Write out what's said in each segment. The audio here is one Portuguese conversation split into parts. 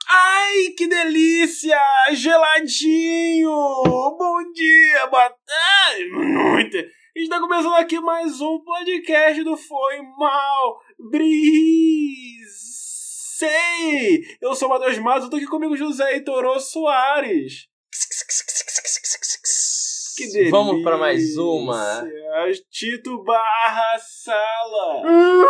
Ai, que delícia! Geladinho! Bom dia, boa tarde, boa noite! Está começando aqui mais um podcast do Foi Mal Brise! Eu sou o Matheus Matos, eu tô aqui comigo José Heitor Soares. Que delícia! Vamos para mais uma! Tito Barra Sala!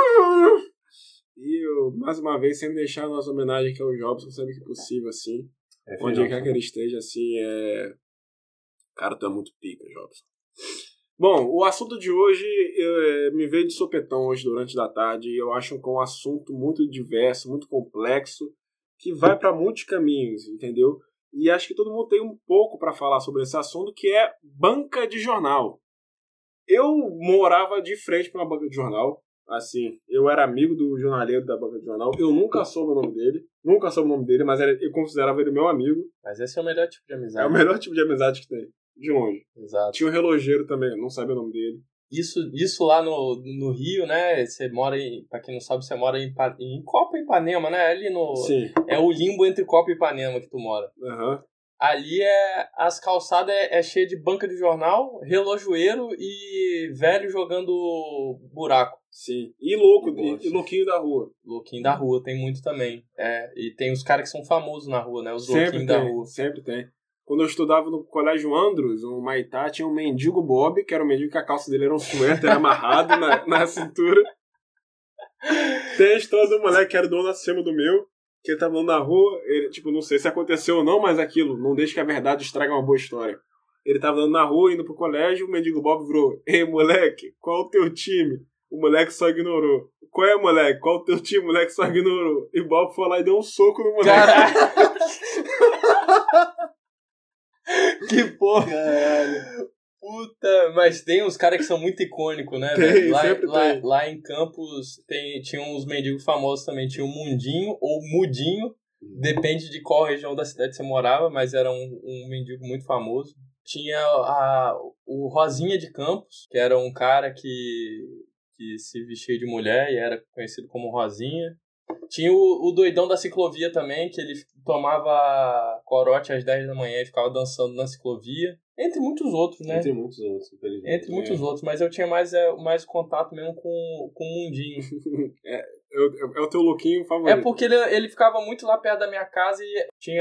E eu, mais uma vez, sempre deixar a nossa homenagem aqui ao Jobson, sempre que possível, assim. Onde quer que ele esteja, assim, Cara, tu é muito pica, Jobson. Bom, o assunto de hoje me veio de sopetão hoje durante da tarde e eu acho que é um assunto muito diverso, muito complexo, que vai para muitos caminhos, entendeu? E acho que todo mundo tem um pouco para falar sobre esse assunto, que é banca de jornal. Eu morava de frente para uma banca de jornal. Assim, eu era amigo do jornaleiro da banca de jornal. Eu nunca soube o nome dele, mas eu considerava ele meu amigo. Mas esse é o melhor tipo de amizade. É o melhor tipo de amizade que tem, de longe. Exato. Tinha um relojeiro também, não sabia o nome dele. Isso lá no Rio, né? Você mora pra quem não sabe, você mora em Copa e Ipanema, né? Ali no... Sim. É o limbo entre Copa e Ipanema que tu mora. Aham. Ali as calçadas cheia de banca de jornal, relojoeiro e velho jogando buraco. Sim. E louquinho da rua. Louquinho da rua, tem muito também. E tem os caras que são famosos na rua, né? Os Sempre louquinhos da rua. Sempre tem. Quando eu estudava no Colégio Andros, no Maitá, tinha um mendigo Bob, que era um mendigo que a calça dele era um suéter amarrado na cintura. Tem a história do moleque que era dono acima do meu, que ele tava andando na rua, ele, não sei se aconteceu ou não, mas aquilo, não deixa que a verdade estrague uma boa história. Ele tava andando na rua, indo pro colégio, o mendigo Bob virou: "Ei, moleque, qual o teu time?" O moleque só ignorou. "Qual é, moleque? Qual o teu time?" O moleque só ignorou. E o Bob foi lá e deu um soco no moleque. Caralho! Que porra! Caralho. Puta, mas tem uns caras que são muito icônicos, né? Tem, velho? Lá em Campos tinha uns mendigos famosos também. Tinha o Mundinho ou Mudinho, depende de qual região da cidade você morava, mas era um mendigo muito famoso. Tinha o Rosinha de Campos, que era um cara que se vestia de mulher e era conhecido como Rosinha. Tinha o doidão da ciclovia também, que ele tomava corote às 10 da manhã e ficava dançando na ciclovia. Entre muitos outros, né? Entre muitos outros, infelizmente. Entre muitos outros, mas eu tinha mais contato mesmo com o Mundinho. É o teu louquinho favorito. É porque ele ficava muito lá perto da minha casa e tinha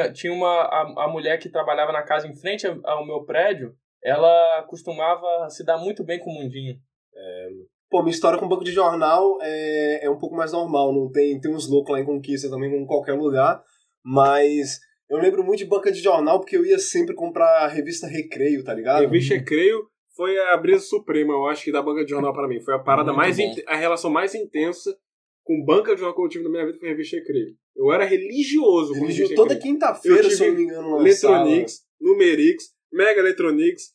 a mulher que trabalhava na casa em frente ao meu prédio, ela costumava se dar muito bem com o Mundinho. Pô, minha história com banco de jornal é um pouco mais normal, não tem uns loucos lá em Conquista também, como em qualquer lugar, mas eu lembro muito de banca de jornal porque eu ia sempre comprar a revista Recreio, tá ligado? Revista Recreio foi a brisa suprema, eu acho, que da banca de jornal pra mim. Foi a parada a relação mais intensa com banca de jornal que eu tive na minha vida foi a revista Recreio. Eu era religioso com revista Recreio. Toda quinta-feira, se eu não me engano, Eletronics, Numerix, Mega Eletronics,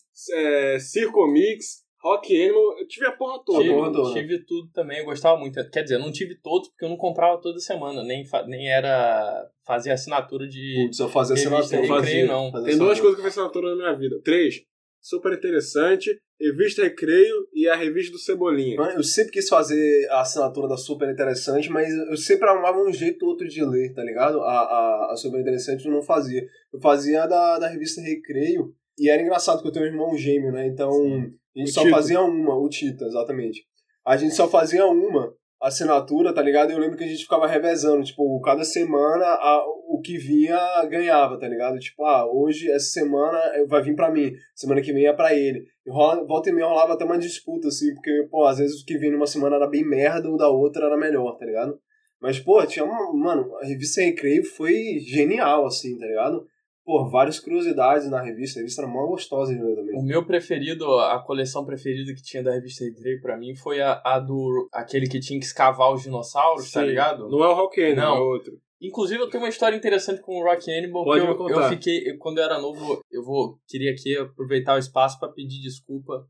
Circomix, Rock Animal, eu tive a porra toda. Tive tudo também, eu gostava muito. Quer dizer, eu não tive todos porque eu não comprava toda semana, nem era fazer assinatura de... Putz, eu fazia assinatura. Recreio, não. Tem duas coisas que eu fiz assinatura na minha vida. 3, super interessante, revista Recreio e a revista do Cebolinha. Eu sempre quis fazer a assinatura da Super Interessante, mas eu sempre arrumava um jeito ou outro de ler, tá ligado? A Super Interessante eu não fazia. Eu fazia da revista Recreio, e era engraçado que eu tenho um irmão gêmeo, né? Então... Sim. A gente só fazia uma, o Tita, exatamente. A gente só fazia uma assinatura, tá ligado? E eu lembro que a gente ficava revezando, tipo, cada semana o que vinha ganhava, tá ligado? Tipo, hoje, essa semana vai vir pra mim, semana que vem é pra ele. E volta e meia rolava até uma disputa, assim, porque, pô, às vezes o que vinha numa semana era bem merda, o da outra era melhor, tá ligado? Mas, pô, mano, a revista Recreio foi genial, assim, tá ligado? Pô, várias curiosidades na revista. A revista era mó gostosa de ler também. O meu preferido, a coleção preferida que tinha da revista Recreio pra mim foi aquele que tinha que escavar os dinossauros, Sim. Tá ligado? Não é o Rock Animal, é outro. Inclusive eu tenho uma história interessante com o Rock Animal. Pode me contar. Eu fiquei, quando eu era novo, queria aqui aproveitar o espaço pra pedir desculpa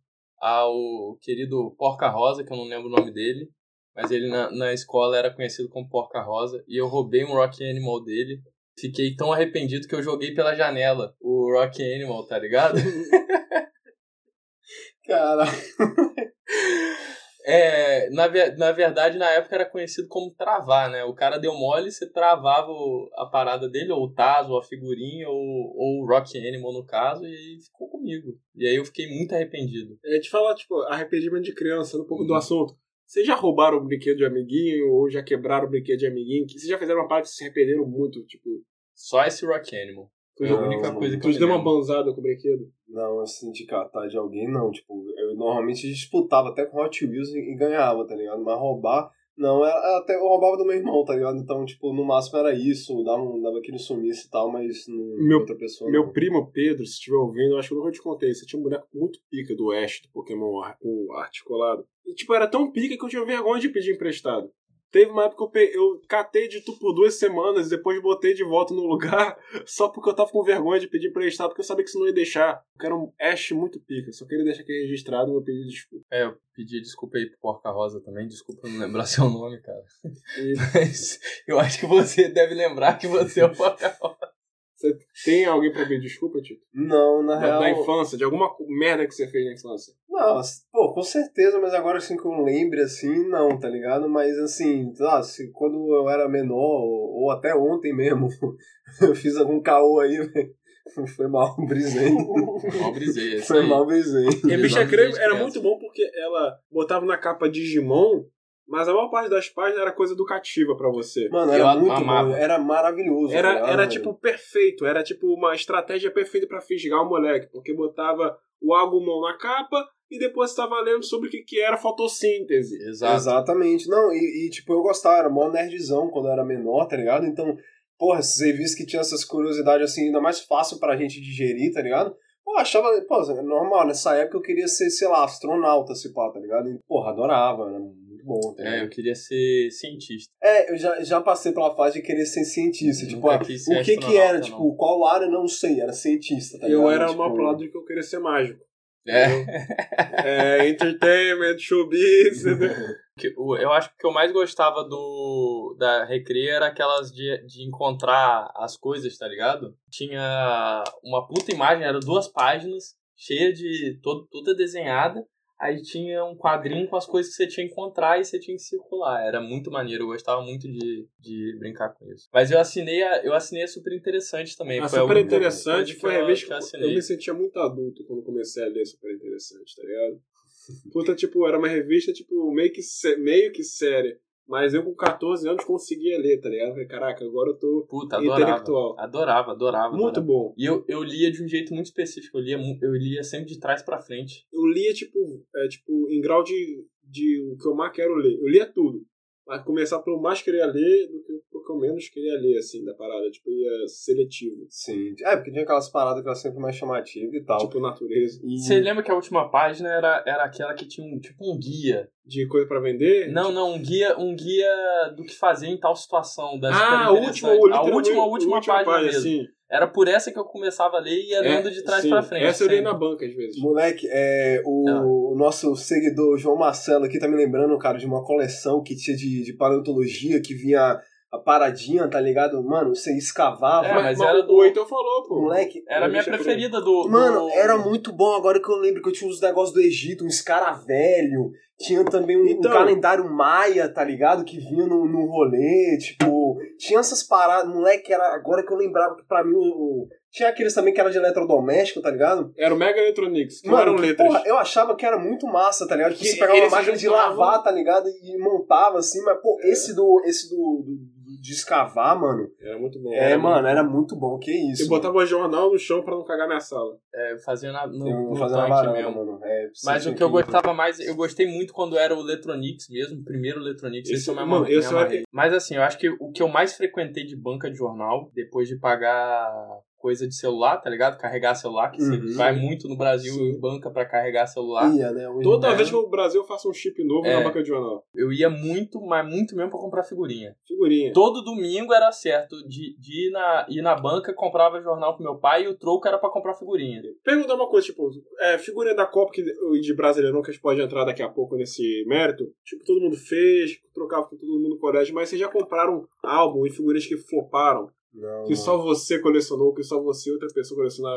ao querido Porca Rosa, que eu não lembro o nome dele, mas ele na escola era conhecido como Porca Rosa, e eu roubei um Rock Animal dele. Fiquei tão arrependido que eu joguei pela janela o Rock Animal, tá ligado? Caralho. Na verdade, na época era conhecido como travar, né? O cara deu mole, você travava a parada dele, ou o Tazo, ou a figurinha, ou o Rock Animal, no caso, e aí ficou comigo. E aí eu fiquei muito arrependido. Te falar, tipo, arrependimento de criança, um pouco do assunto. Vocês já roubaram o brinquedo de amiguinho, ou já quebraram o brinquedo de amiguinho? Vocês já fizeram uma parte que se arrependeram muito, tipo... Só esse Rock Animal. Foi a única coisa que eu Tu deu uma banzada com o brinquedo? Não, assim, de catar de alguém, não. Tipo, eu normalmente disputava até com Hot Wheels e ganhava, tá ligado? Mas roubar, não, até eu roubava do meu irmão, tá ligado? Então, tipo, no máximo era isso, dava aquele sumiço e tal, mas outra pessoa Meu não. primo Pedro, se estiver ouvindo, eu acho que eu nunca te contei, você tinha um boneco muito pica do Ash, do Pokémon com articulado. E, tipo, era tão pica que eu tinha vergonha de pedir emprestado. Teve uma época que eu catei de tu por 2 semanas, depois botei de volta no lugar, só porque eu tava com vergonha de pedir emprestado, porque eu sabia que isso não ia deixar. Eu era um Ash muito pica, só queria deixar aqui registrado e eu pedi desculpa. Eu pedi desculpa aí pro Porca Rosa também, desculpa não lembrar seu nome, cara. Mas eu acho que você deve lembrar que você é o Porca Rosa. Você tem alguém pra pedir desculpa, Tito? Não, na real... Da infância, de alguma merda que você fez na infância? Não, pô, com certeza, mas agora assim que eu lembre, assim, não, tá ligado? Mas assim, quando eu era menor, ou até ontem mesmo, eu fiz algum caô aí, velho. Foi mal, brisei. Foi mal, brisei. Revista Creme era muito bom porque ela botava na capa Digimon, mas a maior parte das páginas era coisa educativa pra você. Mano, era muito bom, era maravilhoso. Era tipo perfeito, era tipo uma estratégia perfeita pra fisgar o moleque, porque botava o Agumon na capa e depois você tava lendo sobre o que era fotossíntese. Exato. Exatamente. Não, e tipo, eu gostava, era mó nerdzão quando eu era menor, tá ligado? Então, porra, esses revistas que tinham essas curiosidades assim, ainda mais fácil pra gente digerir, tá ligado? Pô, achava, normal, nessa época eu queria ser, sei lá, astronauta, se pá, tá ligado? E, porra, adorava, era muito bom, tá ligado? Eu queria ser cientista. Eu já passei pela fase de querer ser cientista, tipo, o que era, não. tipo, qual área, não sei, era cientista, tá ligado? Eu era tipo... uma pro lado de que eu queria ser mágico. Entertainment, showbiz, Eu acho que o que eu mais gostava da Recreio era aquelas de encontrar as coisas, tá ligado? Tinha uma puta imagem, eram 2 páginas, cheia de... toda desenhada. Aí tinha um quadrinho com as coisas que você tinha que encontrar e você tinha que circular. Era muito maneiro, eu gostava muito de brincar com isso. Mas eu assinei a Super Interessante também. Foi Super Interessante foi a revista que eu me sentia muito adulto quando comecei a ler Super Interessante, tá ligado? Puta, tipo, era uma revista, tipo, meio que séria. Mas eu com 14 anos conseguia ler, tá ligado? Falei, caraca, agora eu tô intelectual. Adorava. Muito bom. E eu lia de um jeito muito específico. Eu lia sempre de trás pra frente. Eu lia, tipo em grau de o que eu mais quero ler. Eu lia tudo. Mas começar pelo mais queria ler do que o que eu menos queria ler, assim, da parada. Tipo, ia seletivo. Sim. Porque tinha aquelas paradas que eram sempre mais chamativas e tal. Tipo, natureza. Você lembra que a última página era aquela que tinha um guia? De coisa pra vender? Não, um guia do que fazer em tal situação. A última página mesmo. Assim. Era por essa que eu começava a ler e ia lendo de trás pra frente. Essa eu li na banca, às vezes. Moleque, o nosso seguidor João Marcelo aqui tá me lembrando, cara, de uma coleção que tinha de paleontologia, que vinha a paradinha, tá ligado? Mas você escavava. Mas era o Heitor falou, pô. Moleque, era a minha preferida Mano, era muito bom. Agora que eu lembro que eu tinha uns negócios do Egito, um escaravelho. Tinha também um calendário maia, tá ligado? Que vinha no rolê, tipo... Tinha essas paradas, moleque, agora que eu lembrava que pra mim tinha aqueles também que era de eletrodoméstico, tá ligado? Era o Mega Electronics, que não eram letras. Porra, eu achava que era muito massa, tá ligado? Que você pegava uma máquina de lavar, tá ligado? E montava assim, mas, pô, esse de escavar, mano... Era muito bom. Era muito bom, que isso. Eu botava o jornal no chão pra não cagar minha sala. Fazia no varanda mesmo. Mano. Mas o que eu gostava mais, eu gostei muito quando era o Letronix mesmo, o primeiro Letronix. Mas assim, eu acho que o que eu mais frequentei de banca de jornal, depois de pagar coisa de celular, tá ligado? Carregar celular, que você vai muito no Brasil em banca pra carregar celular. Toda vez que eu no Brasil eu faço um chip novo na banca de jornal. Eu ia muito, mas muito mesmo pra comprar figurinha. Figurinha. Todo domingo era certo de ir na banca, comprava jornal pro meu pai e o troco era pra comprar figurinha. Perguntar uma coisa, tipo, figurinha da Copa e de Brasileirão, que a gente pode entrar daqui a pouco nesse mérito, tipo, todo mundo fez, trocava com todo mundo no colégio, mas vocês já compraram álbum e figurinhas que floparam? Não, que só você colecionou, que só você e outra pessoa colecionaram?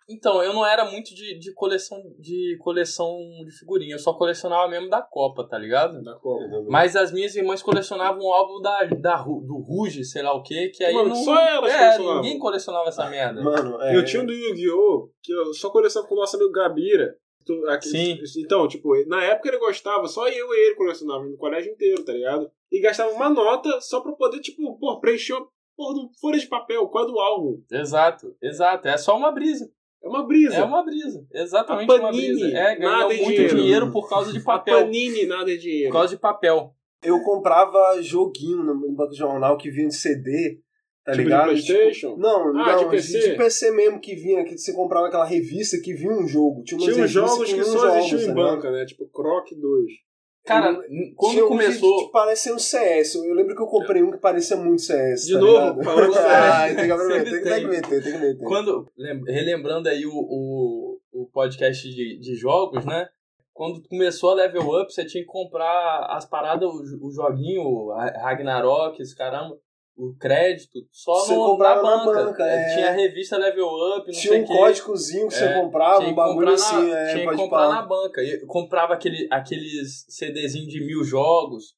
Então, eu não era muito de coleção de figurinha. Eu só colecionava mesmo da Copa, tá ligado? Da Copa. Mas as minhas irmãs colecionavam o álbum do Ruge, sei lá o quê, que aí Mano, não... só elas colecionavam. Ninguém colecionava essa merda. Mano, Eu tinha um do Yu-Gi-Oh! Que eu só colecionava com o nosso amigo Gabira. Sim. Então, tipo, na época ele gostava, só eu e ele colecionavam no colégio inteiro, tá ligado? E gastava uma nota só pra poder, tipo, preencher uma folha de papel, qual é do álbum. Exato. É só uma brisa. É uma brisa. Exatamente A uma Panini, brisa. Ganhou nada é muito dinheiro por causa de papel. A Panini, nada é dinheiro. Por causa de papel. eu comprava joguinho no banco de jornal que vinha de CD, tá Tipo ligado? de PlayStation? Tipo, não, de PC? de PC mesmo que vinha, que você comprava aquela revista que vinha um jogo. Tinha uns jogos que só existiam em tá banca, né? Tipo Croc 2. Cara, quando começou... Tipo, parecendo CS. Eu lembro que eu comprei um que parecia muito CS. De tá novo, ligado? falando tem que meter. Quando, relembrando aí o podcast de jogos, né? Quando começou a Level Up, você tinha que comprar as paradas, o joguinho, Ragnarok, esse caramba, o crédito, só você na banca. Tinha a revista Level Up, não tinha sei um códigozinho que você comprava, um bagulho assim. Tinha que comprar na banca. Eu comprava aqueles CDzinhos de 1000 jogos.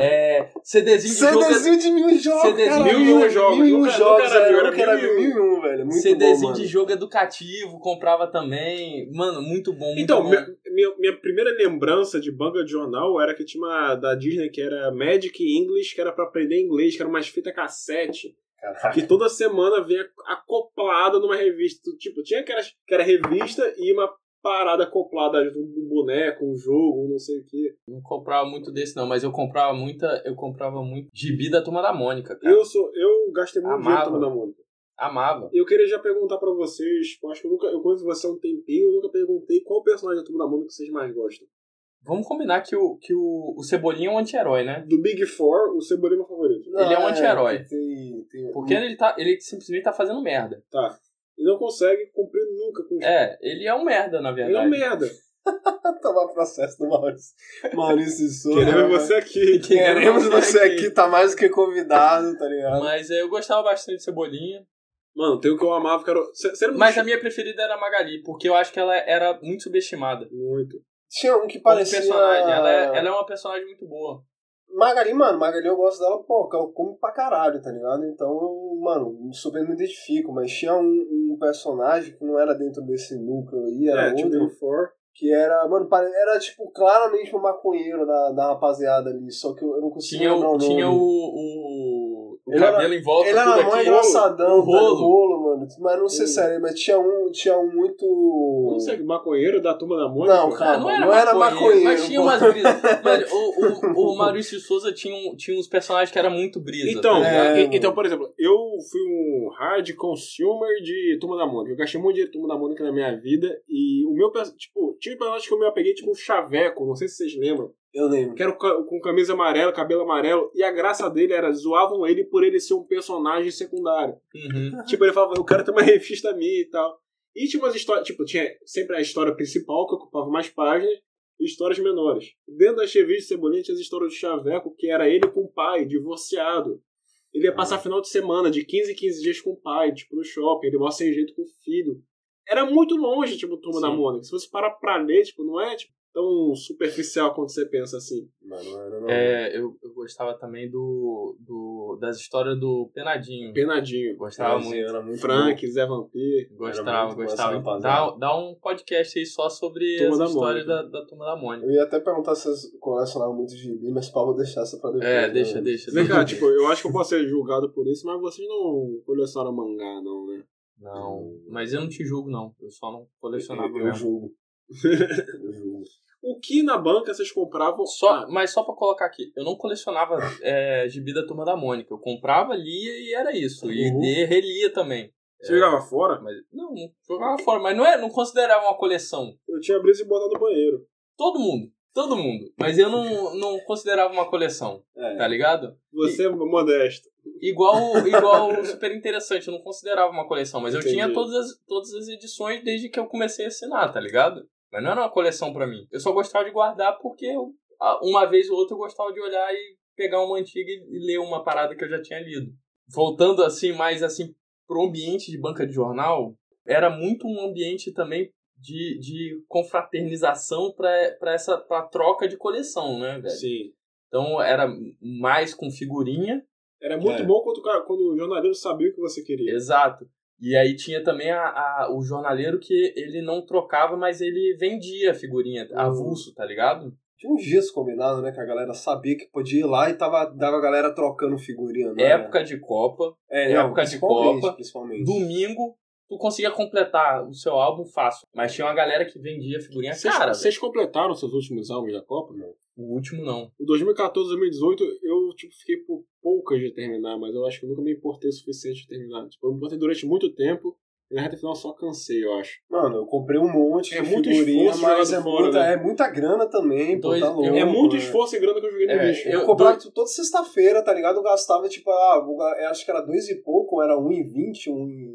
CDzinho de 1000 jogos. CDzinho de 1001 jogos. 1001 jogos, era 1001, velho. Muito CDzinho bom, de jogo educativo, comprava também. Mano, muito bom. Então, bom. minha primeira lembrança de banca de jornal era que tinha uma da Disney que era Magic English, que era pra aprender inglês, que era umas fitas cassete. Caraca. Que toda semana vinha acoplada numa revista. Tipo, tinha que era revista e uma parada acoplada junto do boneco, um jogo, não sei o quê. Não comprava muito desse não, mas eu comprava muito gibi da Turma da Mônica, cara. Eu gastei muito dinheiro na Turma da Mônica. Amava. Eu queria já perguntar pra vocês, acho que eu conheço você há um tempinho, eu nunca perguntei qual personagem da Turma da Mônica que vocês mais gostam. Vamos combinar que o Cebolinha é um anti-herói, né? Do Big Four, o Cebolinha é meu favorito. Ele é um anti-herói. Porque Porque ele simplesmente tá fazendo merda. Tá. E não consegue cumprir nunca com ele é um merda, na verdade. Ele é um merda. tomar processo do Maurício. Maurício Souza. Queremos você aqui. Queremos você aqui, tá mais do que convidado, tá ligado? Mas eu gostava bastante de Cebolinha. Mano, tem o que eu amava, que era... Mas a minha preferida era a Magali, porque eu acho que ela era muito subestimada. Muito. Tinha um que parecia... personagem. Ela é uma personagem muito boa. Magali, eu gosto dela, pô, ela come pra caralho, tá ligado? Então, mano, super me identifico, mas tinha um personagem que não era dentro desse núcleo aí, era outro, tipo Four. que era, mano, era tipo claramente um maconheiro da rapaziada ali, só que eu não conseguia lembrar o nome. Tinha o cabelo em volta, ele tudo era aqui. engraçadão, o rolo, mano, mas não sei se era, mas tinha um muito... Não sei, maconheiro da Turma da Mônica? Não, calma, não era maconheiro. Mas tinha umas brisas. Mas o Maurício Souza tinha uns personagens que era muito brisa. Então, tá então, por exemplo, eu fui um hard consumer de Turma da Mônica. Eu gastei muito dinheiro de Turma da Mônica na minha vida. E o meu, tipo, tinha um personagem que eu me apeguei, tipo, o Chaveco, não sei se vocês lembram. Eu lembro. Que era com camisa amarela, cabelo amarelo. E a graça dele era, zoavam ele por ele ser um personagem secundário. Uhum. Tipo, ele falava, eu quero ter uma revista minha e tal. E tinha umas histórias, tipo, tinha sempre a história principal, que ocupava mais páginas, e histórias menores. Dentro das revistas de Cebolinha tinha as histórias do Chaveco, que era ele com o pai, divorciado. Ele ia passar final de semana, de 15 em 15 dias com o pai, tipo, no shopping, ele mostra sem jeito com o filho. Era muito longe, tipo, Turma da Mônica. Se você parar pra ler, tipo, não é, tipo, tão superficial quando você pensa assim. Não. Eu gostava também das histórias do Penadinho. Gostava muito. Frank, Zé Vampir. Gostava. Dá um podcast aí só sobre Turma as histórias da Turma da Mônica. Eu ia até perguntar se vocês colecionavam muito gibi, mas pá, vou deixar essa pra depois. Deixa. Vem cá, tipo, eu acho que eu posso ser julgado por isso, mas vocês não colecionam mangá, não, né? Não, mas eu não te julgo, não. Eu só não colecionava mesmo. Eu julgo. O que na banca vocês compravam? Mas só pra colocar aqui, eu não colecionava gibi da Turma da Mônica. Eu comprava, lia e era isso. E relia também. Você jogava fora? Não jogava fora, mas não considerava uma coleção. Eu tinha brisa de botar no banheiro. Todo mundo. Mas eu não considerava uma coleção, tá ligado? Você é modesto. Igual o Super Interessante, eu não considerava uma coleção, mas eu tinha todas as edições desde que eu comecei a assinar, tá ligado? Mas não era uma coleção pra mim. Eu só gostava de guardar porque uma vez ou outra eu gostava de olhar e pegar uma antiga e ler uma parada que eu já tinha lido. Voltando assim, mais assim, pro ambiente de banca de jornal, Era muito um ambiente também de confraternização pra troca de coleção, né, velho? Sim. Então era mais com figurinha. Era muito bom quando o jornaleiro sabia o que você queria. Exato. E aí tinha também o jornaleiro que ele não trocava, mas ele vendia figurinha avulso, tá ligado? Tinha uns dias combinados, né? Que a galera sabia que podia ir lá e dava a galera trocando figurinha, né? Época de Copa. Época de Copa. Principalmente. Domingo, tu conseguia completar o seu álbum fácil. Mas tinha uma galera que vendia figurinha cara. Vocês completaram seus últimos álbuns da Copa? Não. O último não. O 2014, 2018, eu fiquei por poucas de terminar, mas eu acho que eu nunca me importei o suficiente de terminar. Tipo, eu me importei durante muito tempo e na reta final só cansei, eu acho. Mano, eu comprei um monte de muito figurinha, esforço mas né? é muita grana também, pô, tá louco. É muito esforço e grana que eu joguei no lixo. Eu comprava toda sexta-feira, tá ligado? Eu gastava, tipo, eu acho que era 2 e pouco, ou era 1,20,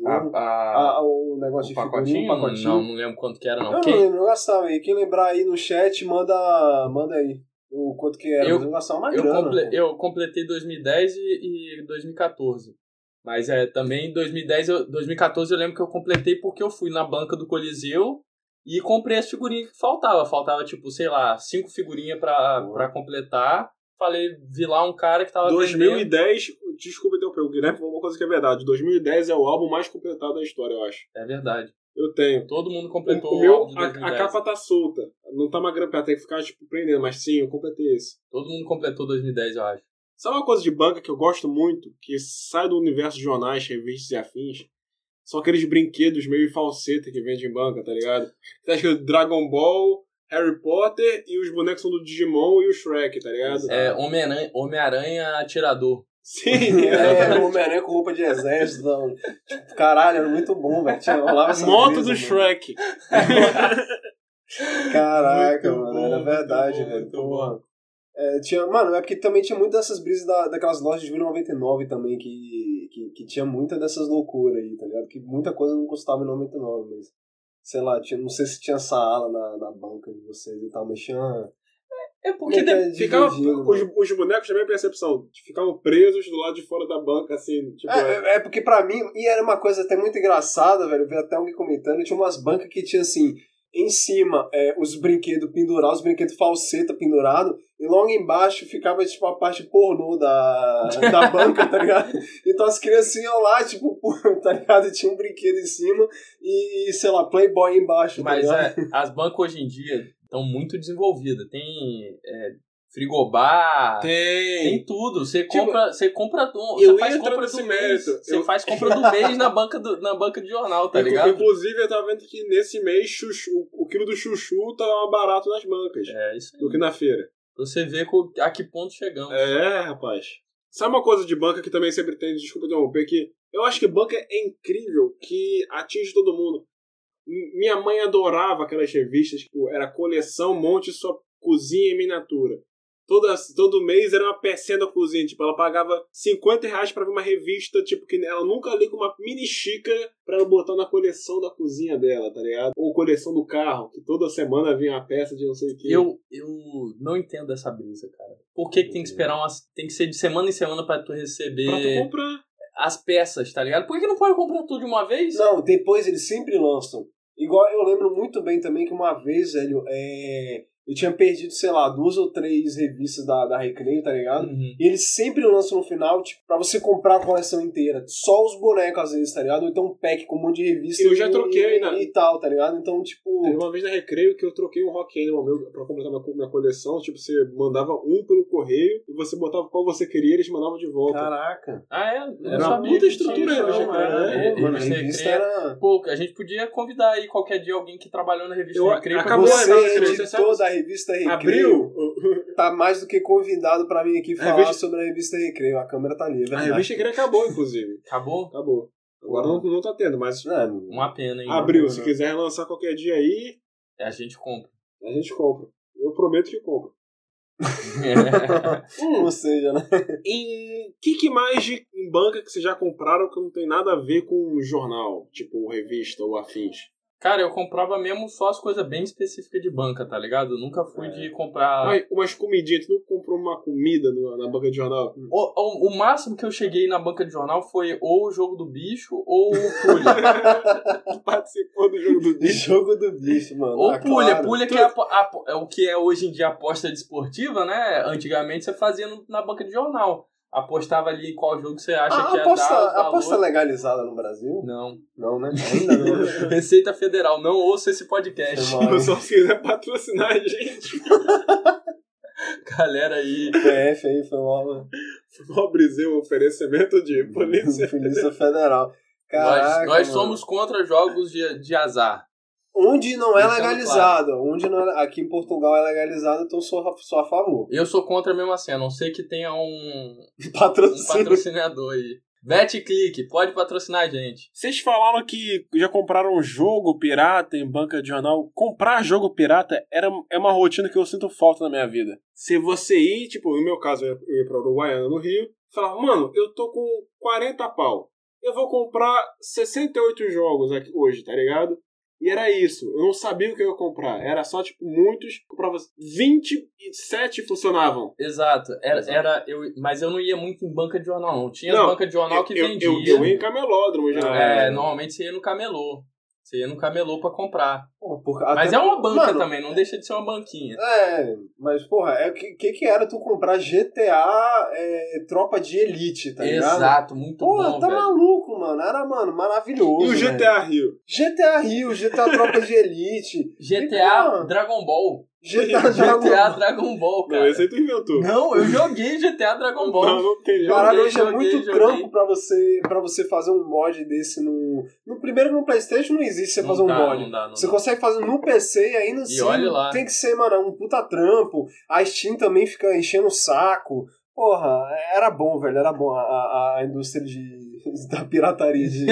o negócio de figurinha, um pacotinho. Não lembro quanto que era, não. Não lembro, eu gastava aí. Quem lembrar aí no chat, manda aí o quanto que era. Eu gastava uma grana. Eu completei 2010 e 2014. Mas também em 2014 eu lembro que eu completei porque eu fui na banca do Coliseu e comprei as figurinhas que faltava. Faltava, tipo, sei lá, 5 figurinhas pra completar. Vi lá um cara que tava 2010, desculpa interromper, o Guilherme falou uma coisa que é verdade. 2010 é o álbum mais completado da história, eu acho. É verdade. Eu tenho. Todo mundo completou o meu, álbum de 2010. A capa tá solta. Não tá mais grampeada, tem que ficar, tipo, prendendo. Mas sim, eu completei esse. Todo mundo completou 2010, eu acho. Sabe uma coisa de banca que eu gosto muito, que sai do universo de jornais, revistas e afins? São aqueles brinquedos meio falseta que vende em banca, tá ligado? Você acha que Dragon Ball, Harry Potter e os bonecos são do Digimon e o Shrek, tá ligado? Homem-Aranha atirador. Sim, o Homem-Aranha com roupa de exército. Tipo, caralho, era muito bom, velho. Moto do Shrek. Caraca, muito mano, bom, era verdade, velho. Mano, é porque também tinha muitas dessas brisas daquelas lojas de 1999 também, que tinha muita dessas loucuras aí, tá ligado? Que muita coisa não custava em 99, mas sei lá, não sei se tinha essa ala na banca de vocês e tal, mas tinha... Porque os bonecos, na minha percepção, ficavam presos do lado de fora da banca, assim, tipo... porque pra mim, e era uma coisa até muito engraçada, velho, eu vi até alguém comentando, tinha umas bancas que tinha assim... Em cima, os brinquedos pendurados, os brinquedos falseta pendurado, e logo embaixo ficava, tipo, a parte pornô da banca, tá ligado? Então as criancinhas lá, tipo, tá ligado? Tinha um brinquedo em cima e sei lá, Playboy embaixo, tá ligado? Mas as bancas hoje em dia estão muito desenvolvidas. Tem frigobar, tem tudo. Você compra, você faz compra do mês. Você faz compra do mês na banca de jornal, tá ligado? Inclusive, eu tava vendo que nesse mês o quilo do chuchu tá mais barato nas bancas. Isso aí. Do que na feira. Pra você ver a que ponto chegamos. Rapaz. Sabe uma coisa de banca que também sempre tem, desculpa interromper, que eu acho que banca é incrível, que atinge todo mundo. Minha mãe adorava aquelas revistas, tipo, era coleção, monte sua cozinha em miniatura. Todo mês era uma pecinha da cozinha, tipo, ela pagava R$50 pra ver uma revista, tipo, que ela nunca lia com uma mini xícara pra ela botar na coleção da cozinha dela, tá ligado? Ou coleção do carro, que toda semana vinha uma peça de não sei o que. Eu não entendo essa brisa, cara. Por que tem que esperar tem que ser de semana em semana pra tu receber... Pra tu comprar as peças, tá ligado? Por que não pode comprar tudo de uma vez? Não, depois eles sempre lançam. Igual eu lembro muito bem também que uma vez, velho, eu tinha perdido, sei lá, 2 ou 3 revistas da Recreio, tá ligado? Uhum. E eles sempre lançam no final, tipo, pra você comprar a coleção inteira. Só os bonecos, às vezes, tá ligado? Ou então um pack com um monte de revista eu já troquei, né? E tal, tá ligado? Então, tipo... Teve uma vez na Recreio que eu troquei um Rock Animal meu pra completar minha coleção. Tipo, você mandava um pelo correio e você botava qual você queria e eles mandavam de volta. Caraca. Era uma puta estrutura aí, mano, a revista era... Pô, a gente podia convidar aí qualquer dia alguém que trabalhou na revista Recreio. Você, editor da revista Recreio, tá mais do que convidado pra vir aqui falar sobre a revista Recreio. A câmera tá ali, é verdade. A revista Recreio acabou, inclusive. Acabou? Agora não tá tendo, mas... Uma pena, hein? Abriu, se quiser lançar qualquer dia aí... A gente compra. Eu prometo que compro. Ou seja, né? Em que mais em banca que vocês já compraram que não tem nada a ver com jornal? Tipo, revista ou afins? Cara, eu comprava mesmo só as coisas bem específicas de banca, tá ligado? Eu nunca fui de comprar... Mas umas comidinhas, tu não comprou uma comida na banca de jornal? O máximo que eu cheguei na banca de jornal foi ou o Jogo do Bicho ou o Pulha. Tu participou do Jogo do Bicho? Jogo do Bicho, mano. Ou Pulha. Claro. Pulha que é o que é hoje em dia aposta desportiva, né? Antigamente você fazia na banca de jornal. Apostava ali qual jogo você acha que ia dar os valores. Aposta legalizada no Brasil? Não. Não, né? Ainda não. Receita Federal, não ouça esse podcast. Só se quiser patrocinar a gente. Galera aí. PF aí foi uma... Pobrezinho, oferecimento de Polícia Federal. Caraca, nós somos contra jogos de azar. Onde não é legalizado. Claro. Onde não é, aqui em Portugal é legalizado, então sou a favor. Eu sou contra mesmo assim, a não ser que tenha um patrocinador aí. BetClick, pode patrocinar a gente. Vocês falaram que já compraram jogo pirata em banca de jornal. Comprar jogo pirata é uma rotina que eu sinto falta na minha vida. Se você ir, tipo, no meu caso, eu ia pra Uruguaiana, no Rio, falar, mano, eu tô com 40 pau. Eu vou comprar 68 jogos aqui hoje, tá ligado? E era isso. Eu não sabia o que eu ia comprar. Era só, tipo, muitos. Comprava 27 funcionavam. Exato. Mas eu não ia muito em banca de jornal, não. Tinha banca de jornal que vendia. Eu ia em camelódromo, já. Normalmente você ia no camelô. Você ia no camelô pra comprar. Porra, mas é uma banca também, não deixa de ser uma banquinha. Mas, porra, que era tu comprar GTA Tropa de Elite, tá ligado? Exato, muito bom, porra, tá maluco, mano. Era, mano, maravilhoso. E o GTA Rio? GTA Rio, GTA Tropa de Elite. GTA Dragon Ball. GTA Dragon Ball, cara. Não, esse aí tu inventou. Não, eu joguei GTA Dragon Ball. Não tem jogo. Caralho, hoje é muito trampo pra você fazer um mod desse no primeiro no PlayStation não existe você fazer um mod. Não dá. Você consegue fazer no PC e aí no Steam tem que ser, mano, um puta trampo. A Steam também fica enchendo o saco. Porra, era bom, velho, era bom a indústria da pirataria de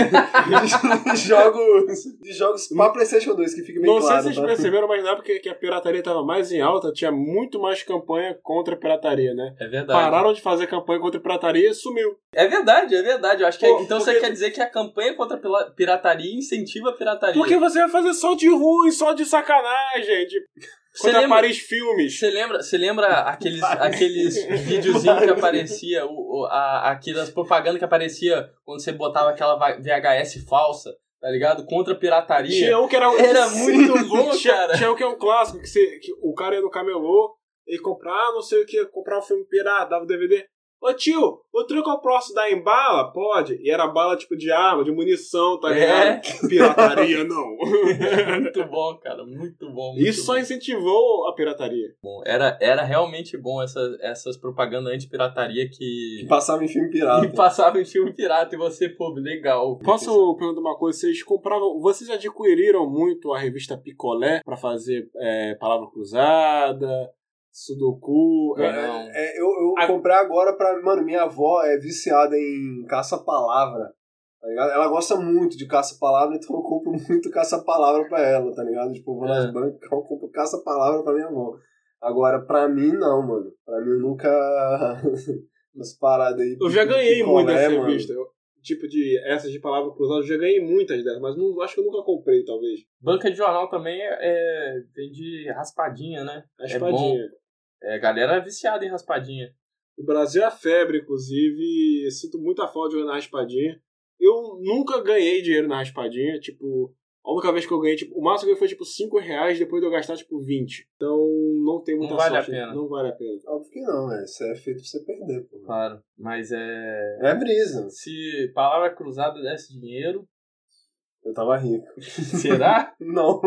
jogos pra PlayStation 2, que fica bem claro. Não sei se vocês perceberam, mas na época que a pirataria tava mais em alta, tinha muito mais campanha contra a pirataria, né? É verdade. Pararam de fazer campanha contra a pirataria e sumiu. É verdade. Eu acho que então você quer dizer que a campanha contra a pirataria incentiva a pirataria. Porque você vai fazer só de ruim, só de sacanagem, tipo... Contra Paris Filmes. Você lembra aqueles videozinhos que aparecia, aquelas propagandas que aparecia quando você botava aquela VHS falsa, tá ligado? Contra a pirataria. Tinha um que era muito bom, cara. Tinha um que é um clássico, que o cara ia no camelô e comprar, não sei o que, comprar um filme pirata, dava o DVD. Ô tio, o truque eu posso dar em bala? Pode. E era bala tipo de arma, de munição, tá ligado? Pirataria não. Muito bom, cara. Muito bom. Isso só incentivou a pirataria. Bom, era realmente bom essas propagandas anti-pirataria que passavam em filme pirata. E você, pô, legal. Posso perguntar uma coisa? Vocês adquiriram muito a revista Picolé pra fazer palavra cruzada? Sudoku. Eu comprei agora pra... Mano, minha avó é viciada em caça-palavra, tá ligado? Ela gosta muito de caça-palavra, então eu compro muito caça-palavra pra ela, tá ligado? Tipo, eu vou nas bancas, eu compro caça-palavra pra minha avó. Agora, pra mim, não, mano. Pra mim, eu nunca... Nas paradas aí... Eu já ganhei muitas revistas. Tipo de essas de palavra cruzada, eu já ganhei muitas dessas, mas não, acho que eu nunca comprei, talvez. Banca de jornal também tem de raspadinha, né? Raspadinha. A galera é viciada em raspadinha. O Brasil é febre, inclusive. Eu sinto muita falta de jogar na raspadinha. Eu nunca ganhei dinheiro na raspadinha. Tipo, a única vez que eu ganhei, tipo, o máximo que eu ganhei foi tipo R$5 depois de eu gastar tipo 20. Então não tem muita sorte. Não vale a pena. Não vale a pena. Óbvio que não, velho. Isso é feito pra você perder, pô. Claro, mas é brisa. Se palavra cruzada desse dinheiro... Eu tava rico. Será? Não.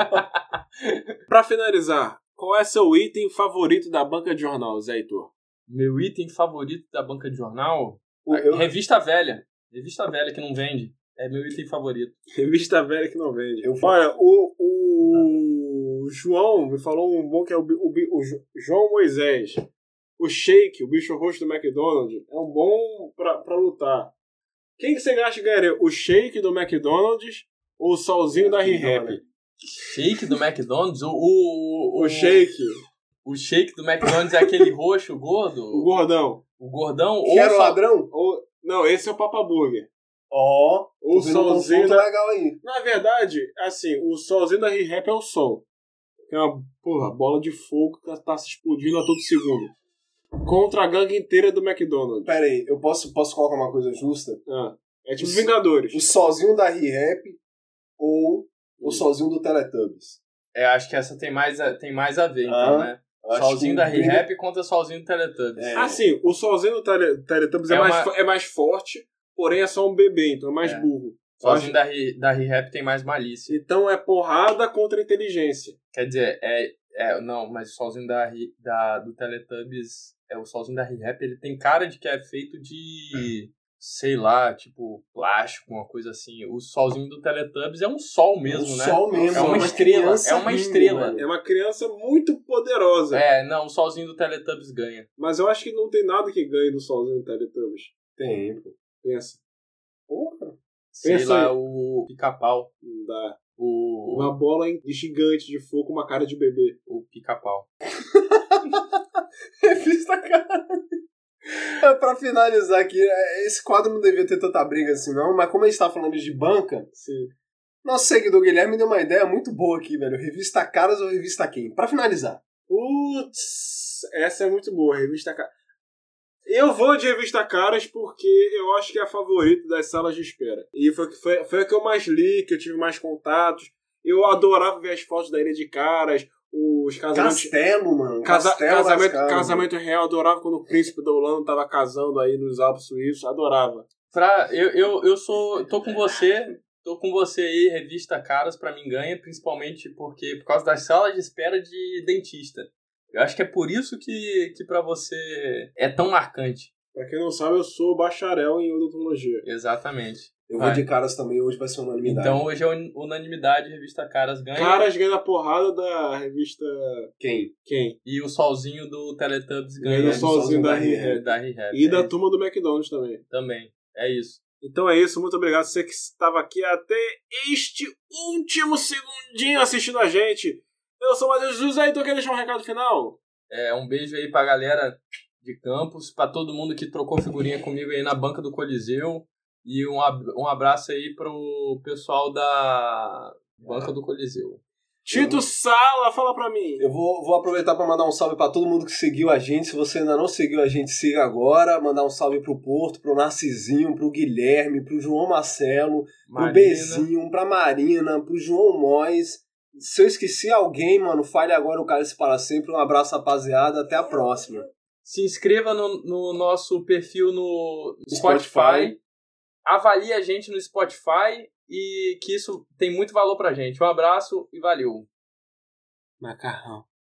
Pra finalizar, qual é seu item favorito da banca de jornal, Zé Heitor? Meu item favorito da banca de jornal? Revista velha. Revista velha que não vende. É meu item favorito. Revista velha que não vende. Olha, o João me falou um bom que é o João Moisés. O Shake, o bicho roxo do McDonald's, é um bom pra lutar. Quem que você acha que ganharia? O Shake do McDonald's ou o Solzinho da Re-Rap? Shake do McDonald's? O Shake. O Shake do McDonald's é aquele roxo gordo? O gordão. O gordão? Que era o ladrão? Não, esse é o Papa Burger. Ó, o solzinho legal aí. Na verdade, assim, o solzinho da Re-Rap é o sol. Que é uma, bola de fogo que tá se explodindo a todo segundo. Contra a gangue inteira do McDonald's. Pera aí, eu posso colocar uma coisa justa? É tipo Vingadores. O solzinho da Re-Rap ou o solzinho do Teletubbies? Acho que essa tem mais a ver, então, né? Solzinho da Re-Rap contra o solzinho do Teletubbies. Assim, o solzinho do Teletubbies é mais forte, porém é só um bebê, então é mais burro. O solzinho da Re-Rap tem mais malícia. Então é porrada contra inteligência. Quer dizer, não, mas o solzinho do Teletubbies, o solzinho da Re-Rap, ele tem cara de que é feito de, sei lá, tipo, plástico, uma coisa assim. O solzinho do Teletubbies é um sol mesmo, né? Sol mesmo. É uma estrela. É uma estrela. É uma criança muito poderosa. Não, o solzinho do Teletubbies ganha. Mas eu acho que não tem nada que ganhe do solzinho do Teletubbies. Tem, pô. Pensa. Porra. Sei lá, o Pica-Pau. Não dá. Uma bola gigante de fogo com uma cara de bebê. O Pica-Pau. Revista Caras. Pra finalizar aqui, esse quadro não devia ter tanta briga assim não, mas como a gente tá falando de banca, sim. Nosso seguidor Guilherme deu uma ideia muito boa aqui, velho. Revista Caras ou Revista Quem? Pra finalizar. Putz, essa é muito boa, Revista Caras. Eu vou de Revista Caras porque eu acho que é a favorita das salas de espera. E foi a que eu mais li, que eu tive mais contatos. Eu adorava ver as fotos da Ilha de Caras, os casamentos... Castelo, mano. Casamento real, adorava quando o príncipe da Holanda tava casando aí nos Alpes Suíços, adorava. Tô com você aí, Revista Caras pra mim ganha, principalmente por causa das salas de espera de dentista. Eu acho que é por isso que pra você é tão marcante. Pra quem não sabe, eu sou bacharel em odontologia. Exatamente. Eu vou de Caras também, hoje vai ser unanimidade. Então hoje é unanimidade, Revista Caras ganha. Caras ganha a porrada da revista... Quem? E o solzinho do Teletubbies ganha. E o solzinho da Re-Rap. E da turma do McDonald's também. Também, é isso. Então é isso, muito obrigado você que estava aqui até este último segundinho assistindo a gente. Eu sou o Matheus José, então quer deixar um recado final? Um beijo aí pra galera de Campos, pra todo mundo que trocou figurinha comigo aí na banca do Coliseu. E um abraço aí pro pessoal da banca do Coliseu. Tito Sala, fala pra mim. Eu vou aproveitar pra mandar um salve pra todo mundo que seguiu a gente. Se você ainda não seguiu a gente, siga agora. Mandar um salve pro Porto, pro Narcisinho, pro Guilherme, pro João Marcelo, pro Bezinho, pra Marina, pro João Mois. Se eu esqueci alguém, mano, fale agora o Cálice para sempre. Um abraço, rapaziada. Até a próxima. Se inscreva no nosso perfil no Spotify. Avalie a gente no Spotify e que isso tem muito valor pra gente. Um abraço e valeu. Macarrão.